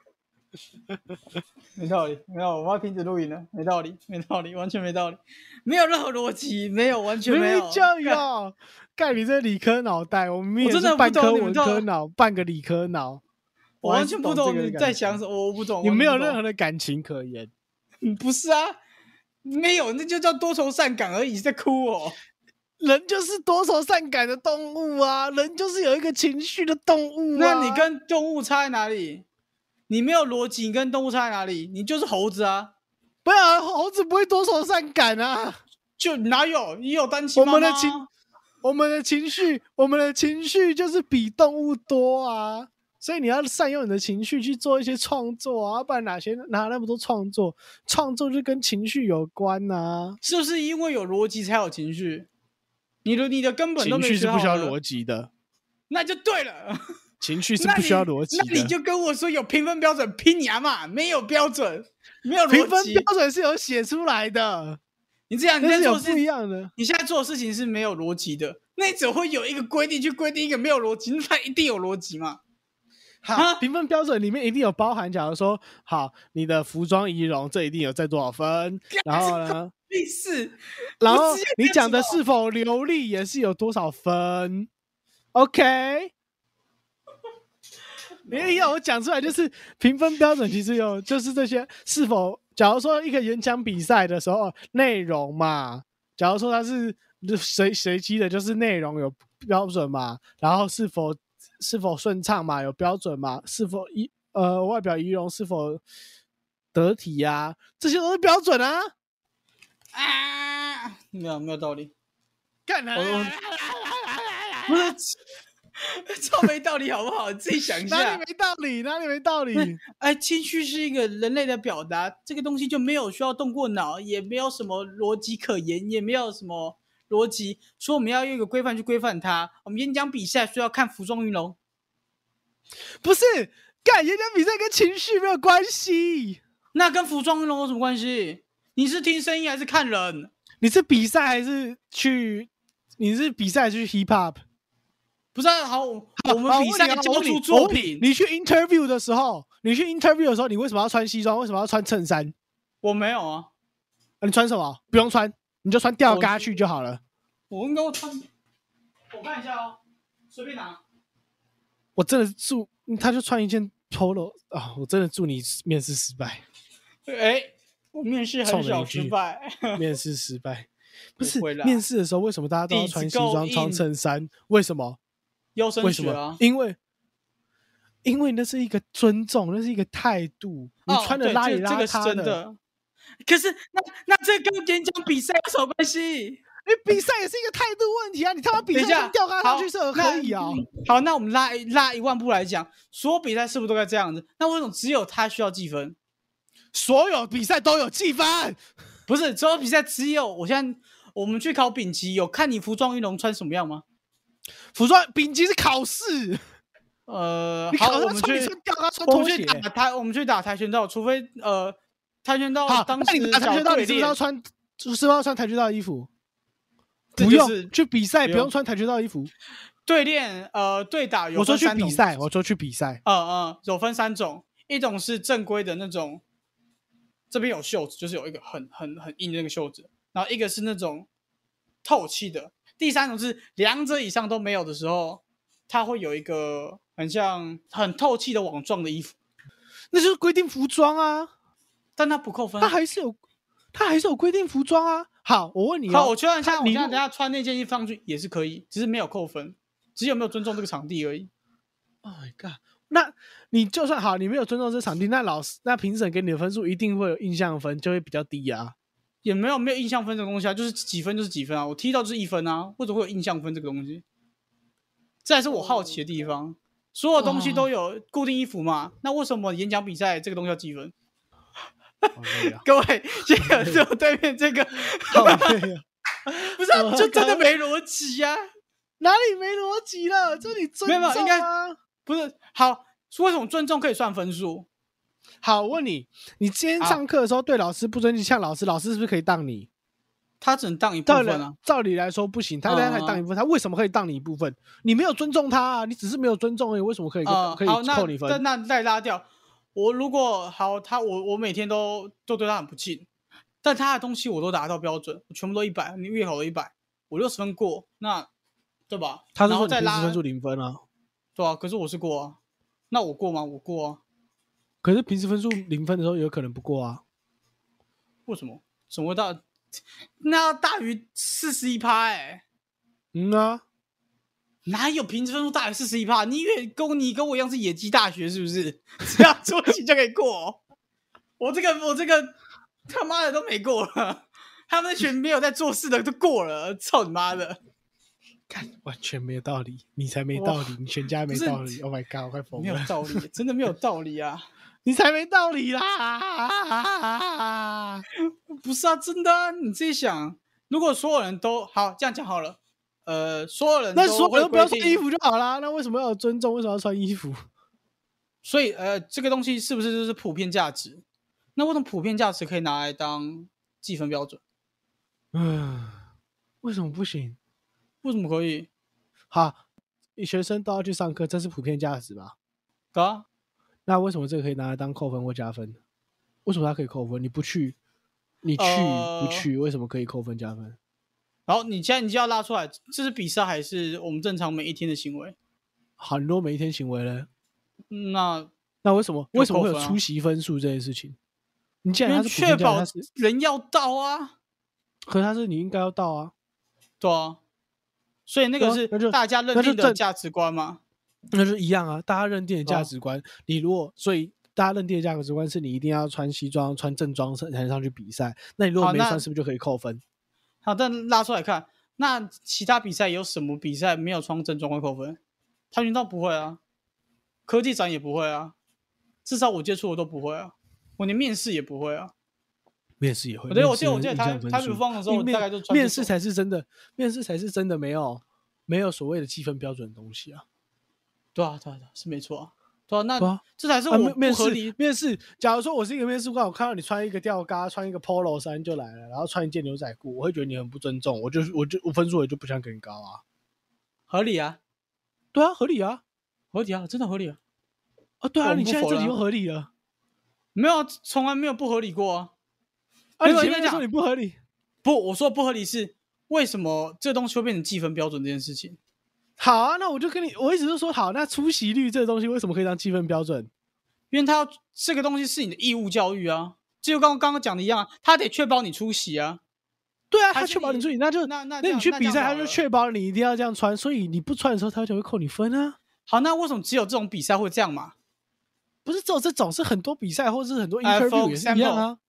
没道理，没有，我要停止录音了，没道理，没道理，完全没道理，没有任何逻辑，没有，完全没有。 明明就有，干你这理科脑袋，我明明也我真的不是半颗懂你们到文科脑，半个理科脑， 我完全不懂你在想想什么，我不懂。 你没有任何， 何的感情可言。 不是啊，没有，那就叫多愁善感而已，在哭哦。 人就是多愁善感的动物啊，人就是有一个情绪的动物啊。 那你跟动物差在哪里？你没有逻辑，你跟动物差在哪里？你就是猴子啊！ 不然猴子不会多愁善感啊。 就哪有？你有单亲妈妈？ 我们的情绪就是比动物多啊。所以你要善用你的情绪去做一些创作啊，不然哪那么多创作就跟情绪有关啊。 是不是因为有逻辑才有情绪？你的根本都没情绪是不需要逻逻辑的， 那就对了。 情绪是不需要逻辑的。 那你就跟我说有评分标准，拼娘嘛，没有标准，没有逻辑。 评分标准是有写出来的。 你这样，你是有不一样的。 你现在做的事情是没有逻辑的，那你只会有一个规定去规定一个没有逻辑，那它一定有逻辑嘛？ 好，评分标准里面一定有包含，假如说，好，你的服装仪容这一定有在多少分，然后呢， 历史， 然后你讲的是否流利也是有多少分 ，OK？ 你要我讲出来，就是评分标准其实有，就是这些是否，假如说一个演讲比赛的时候，内容嘛，假如说它是随机的，就是内容有标准嘛，然后是否顺畅嘛，有标准嘛，是否外表仪容是否得体啊，这些都是标准啊。 啊，没有道理， 干了， 不是。超没道理好不好？你自己想一下。 哪里没道理？哪里没道理？ 哎，情绪是一个人类的表达，这个东西就没有需要动过脑，也没有什么逻辑可言，也没有什么逻辑说我们要用一个规范去规范它。我们演讲比赛需要看服装仪容， 不是干演讲比赛跟情绪没有关系。 那跟服装仪容有什么关系？你是听声音还是看人？ 你是比赛还是去？你是比赛还是去 hip hop？ 不是好，我们比赛交出作品。 你去 interview 的时候，你为什么要穿西装？为什么要穿衬衫？ 我没有啊。 你穿什么？不用穿，你就穿吊嘎去就好了。 我应该穿，我看一下哦，随便拿。 我真的祝他就穿一件 polo 啊！我真的祝你面试失败。 哎，我面试很少失败。 面试失败，不是面试的时候为什么大家都要穿西装、穿衬衫？为什么？ 为什么？ 因为那是一个尊重，那是一个态度。你穿的邋里邋遢这个是真的。可是那这跟演讲比赛有什么关系？ 你比赛也是一个态度问题啊！你他妈比赛吊咖上去是可以啊。 好，那我们拉一万步来讲，所有比赛是不是都该这样子？那为什么只有他需要记分？ 所有比赛都有记分？ 不是，所有比赛只有我们去考丙级，有看你服装仪容穿什么样吗？ 服装丙级是考试。 好，我们去吊咖穿拖鞋。 我们去打跆拳道，除非跆拳道当时你打跆拳道你是不是要穿跆拳道的衣服？不用去比赛，不用穿跆拳道衣服。 对练对打有。 我说去比赛， 有分3种，一种是正规的那种，这边有袖子，就是有一个很硬的那个袖子，然后一个是那种透气的，第3种是2者以上都没有的时候，它会有一个很像很透气的网状的衣服， 那就是规定服装啊， 但它不扣分， 它还是有规定服装啊。好，我问你好，我就算像我等下穿那件衣服上去也是可以，只是没有扣分，只有没有尊重这个场地而已。 Oh my god！ 那你就算好，你没有尊重这场地，那评审给你的分数一定会有印象分，就会比较低啊。 也没有印象分这个东西啊，就是几分就是几分啊，我踢到就是1分啊，为什么会有印象分这个东西？这还是我好奇的地方。所有东西都有固定衣服嘛，那为什么演讲比赛这个东西要积分？各位，现在有对面这个， 好累啊！ 不是、就真的没逻辑呀？ 哪里没逻辑了？这你尊重啊？ 没有，应该不是。好，为什么尊重可以算分数？ 好，我问你，你今天上课的时候对老师不尊敬，像老师是不是可以当你？ 他只能当一部分啊。 照理来说不行，他才当一部分，他为什么可以当你一部分？你没有尊重他啊，你只是没有尊重而已，为什么可以扣你分？ 好，那再拉掉。 我如果好，我每天都对他很不敬，但他的东西我都达到标准，我全部都100，你月考都100，我60分过，那对吧？ 他是说你然后再拉平时分数0分啊， 对啊，可是我是过啊，那我过吗？我过啊， 可是平时分数0分的时候有可能不过啊。 为什么？怎么会大？那要大于41%哎、 啊， 哪有平时分数大于41%？你跟我一样是野鸡大学是不是？只要做题就可以过、我这个他妈的都没过了，他们那群没有在做事的都过了，操你妈的！ 看完全没有道理，你才没道理，你全家没道理。Oh my god， 我快疯没有了！ 道理，真的没有道理啊！ 你才没道理啦！ 不是啊，真的啊，你自己想，如果所有人都好这样讲好了，所有人那所有人都不要规定穿衣服就好啦。那为什么要有尊重？为什么要穿衣服？ 所以这个东西是不是就是普遍价值？那为什么普遍价值可以拿来当计分标准？ 为什么不行？ 为什么可以？ 好，学生都要去上课，这是普遍价值吧？ 啊？ 那为什么这个可以拿来当扣分或加分？为什么它可以扣分？你不去，你去、不去，为什么可以扣分加分？ 然后你现在就要拉出来，这是比赛还是我们正常每一天的行为？ 很多每一天行为呢？ 那为什么会有啊出席分数这件事情？你既因为然它是确保它是人要到啊， 可是它是你应该要到啊， 对啊，所以那个是那就大家认定的价值观嘛。 那就一样啊，大家认定的价值观，你如果所以大家认定的价值观是你一定要穿西装、穿正装才能上去比赛，那你如果没穿，是不是就可以扣分？ 好，但拉出来看，那其他比赛有什么比赛没有穿正装会扣分？跆拳道不会啊，科技展也不会啊，至少我接触的都不会啊，我连面试也不会啊。 面试也会， 对，我记得台北方的时候，我大概就穿面试才是真的，没有所谓的计分标准的东西啊。 对啊，是没错啊。对啊，那这才是我不合理。 面试，假如说我是一个面试官，我看到你穿一个吊嘎，穿一个 polo 衫就来了，然后穿一件牛仔裤，我会觉得你很不尊重，我分数也就不想给你高啊。 合理啊， 对啊，合理啊， 真的合理啊。 对啊，你现在这里又合理了， 没有，从来没有不合理过啊。 你前面说你不合理， 不，我说不合理是为什么这东西会变成计分标准这件事情。 好啊，那我就跟你，我一直都说好，那出席率这个东西为什么可以当计分标准？ 因为这个东西是你的义务教育啊，就跟刚刚讲的一样，他得确保你出席啊。 对啊，他确保你出席，那你去比赛，他就确保你一定要这样穿，所以你不穿的时候，他就会扣你分啊。 好，那为什么只有这种比赛会这样嘛？ 不是只有这种，是很多比赛或者是很多 interview 也是一样啊。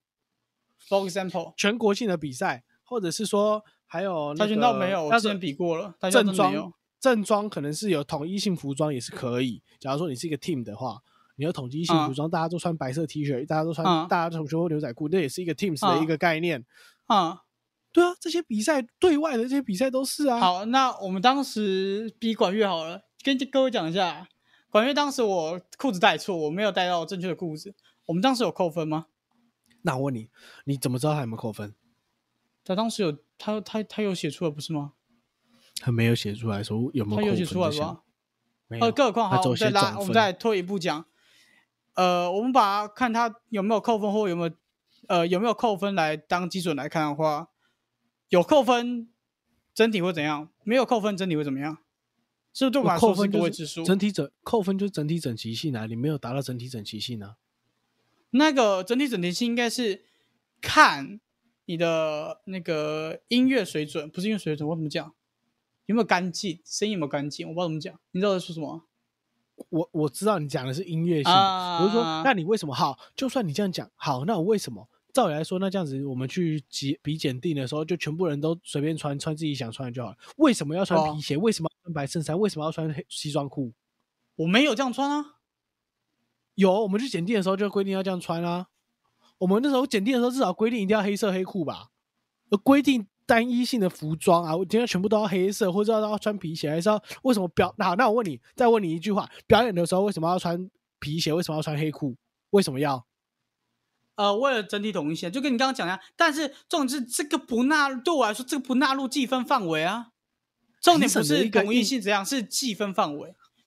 For example， 全国性的比赛，或者是说还有跆拳道没有，我之前比过了， 正装可能是有统一性服装也是可以。假如说你是一个 team 的话，你有统一性服装，大家都穿白色 T 恤，大家都全部牛仔裤，那也是一个 teams 的一个概念。对啊，这些比赛对外的这些比赛都是啊。 好，那我们当时比管乐好了，跟各位讲一下，管乐当时我裤子带错，我没有带到正确的裤子，我们当时有扣分吗？ 那我问你，你怎么知道他有没有扣分？ 他当时有他有写出来不是吗？ 他没有写出来说有没有扣分，他有写出来吧？ 没有。 更何况好，我们再退一步讲，我们把看他有没有扣分或有没有扣分来当基准来看的话，有扣分整体会怎样？没有扣分整体会怎么样？是不是对我们来说是个未知数？ 扣分就是整体整齐性啊，你没有达到整体整齐性啊。 那个整体整齐性应该是看你的那个音乐水准，不是音乐水准，我怎么讲？有没有干净？声音有没有干净？我不知道怎么讲。你知道我在说什么？ 我知道你讲的是音乐性的，我是说，那你为什么好？就算你这样讲好，那我为什么？照理来说，那这样子我们去比检定的时候，就全部人都随便穿自己想穿的就好了。为什么要穿皮鞋？为什么要穿白衬衫？为什么要穿西装裤？ 我没有这样穿啊。 有，我们去检定的时候就规定要这样穿啊。我们那时候检定的时候至少规定一定要黑色黑裤吧，而规定单一性的服装啊，我今天全部都要黑色，或者要穿皮鞋，还是要为什么好？那我问你，再问你一句话：表演的时候为什么要穿皮鞋？为什么要穿黑裤？为什么要？ 为了整体统一性，就跟你刚刚讲一样。但是重点是这个不纳入，对我来说这个不纳入计分范围啊。重点不是统一性怎样，是计分范围。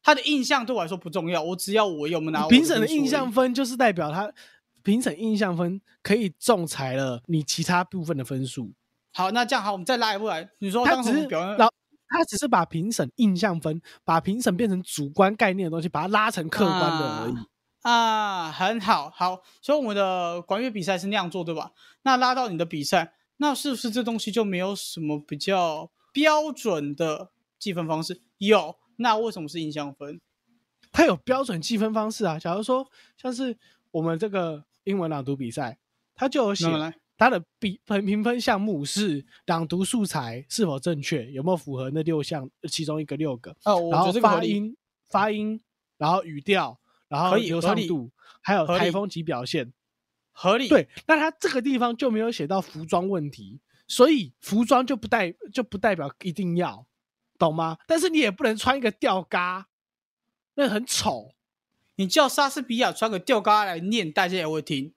他的印象对我来说不重要，我只要我有没有拿我评审的印分数而已象分就是代表他评审印象分可以仲裁了你其他部分的分数。 好，那这样好，我们再拉一步来。你说当时他只是我们表演， 他只是把评审印象分，把评审变成主观概念的东西，把它拉成客观的而已。 很好，好，所以我们的管乐比赛是那样做，对吧？那拉到你的比赛，那是不是这东西就没有什么比较标准的计分方式？有，那为什么是印象分？ 它有标准计分方式啊。假如说像是我们这个英文朗读比赛，它就有写它的评分项目是朗读素材是否正确，有没有符合那6项其中一个6个。然后发音，然后语调，然后流畅度，还有台风及表现， 合理。 对，那它这个地方就没有写到服装问题，所以服装就不代表一定要，懂吗？但是你也不能穿一个吊嘎，那很丑。 你叫莎士比亚穿个吊嘎来念，大家也会听。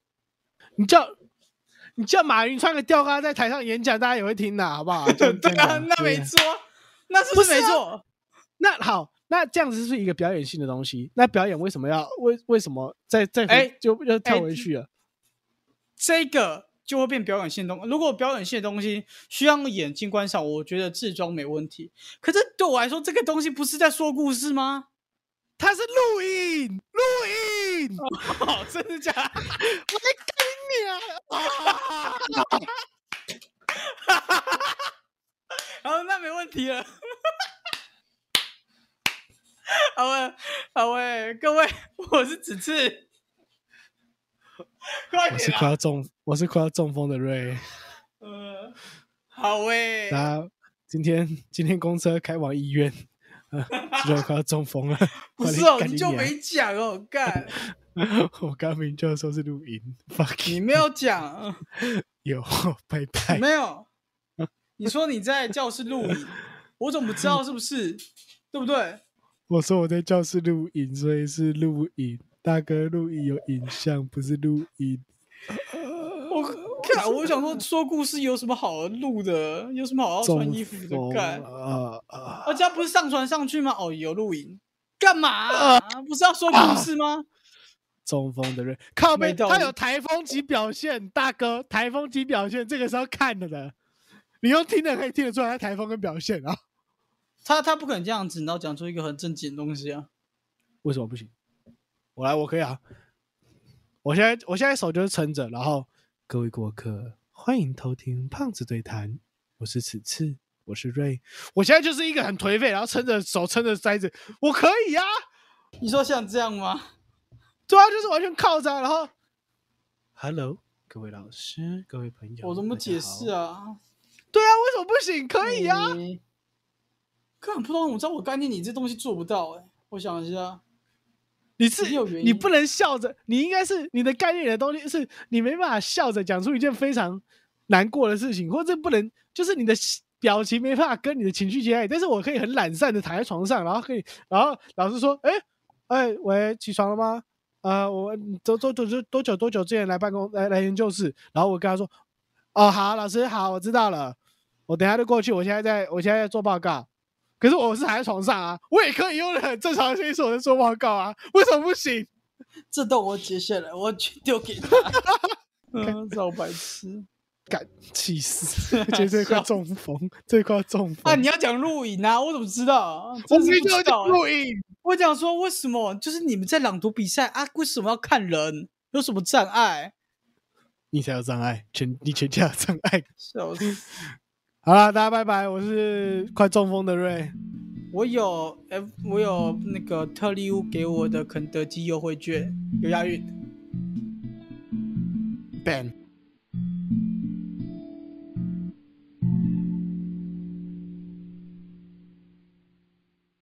你叫马云穿个吊嘎在台上演讲，大家也会听的，好不好？ 对啊，那没错，那是不是没错？ 那好，那这样子是一个表演性的东西。那表演为什么要为什么再就跳回去了？ 这个就会变表演性的东西。如果表演性的东西需要用眼睛观赏，我觉得制装没问题。可是对我来说，这个东西不是在说故事吗？ 它是录音， 哦，真的假的？我在干你啊！ 好，那没问题了。好喂，各位，我是子次，快点啊！ 我是快要中风的瑞。 好喂。 然后今天公车开往医院，瑞快要中风了。 不是哦，你就没讲哦，干。 我刚明就说是录音， 你没有讲。 有，拜拜。 没有。你说你在教室录影，我怎么知道是不是？对不对？ 我说我在教室录影，所以是录影。大哥，录影有影像，不是录音。 我想说故事有什么好录的？有什么好要穿衣服的？干这样不是上传上去吗？哦，有录影，干嘛？不是要说故事吗？ 中风的人靠背，他有台风级表现，大哥，台风级表现，这个是要看的。你用听的可以听得出来他台风跟表现啊。 他不可能这样子，然后讲出一个很正经的东西啊。 为什么不行？我可以啊。我现在手就是撑着，然后各位过客，欢迎偷听胖子对谈，我是此次，我是瑞。我现在就是一个很颓废，然后撑着手撑着塞子，我可以啊。 你说像这样吗？ 对啊，就是完全靠着，然后 ，Hello， 各位老师，各位朋友， 我怎么解释啊？ 对啊，为什么不行？可以啊。 根本不知道，我知道我概念，你这东西做不到我想一下， 你不能笑着，你应该是你的概念的东西是你没办法笑着讲出一件非常难过的事情，或者不能就是你的表情没办法跟你的情绪接在一起，但是我可以很懒散的躺在床上，然后老师说，喂，起床了吗？我多久之前来研究室，然后我跟他说，哦，好，老师好，我知道了，我等一下就过去，我现在在做报告。可是我是还在床上啊，我也可以用很正常的声音说我在做报告啊，为什么不行？ 这段我截下来，我去丢给他。超白痴， 干气死！而且这块中风， 啊！你要讲录影啊？我怎么知道？ 我明就讲录影。 我讲说为什么？就是你们在朗读比赛啊，为什么要看人？有什么障碍？ 你才有障碍，你全家有障碍。 笑死！ 好啦，大家拜拜！我是快中风的瑞。 我有那个特利乌给我的肯德基优惠券，有押韵。 Ben。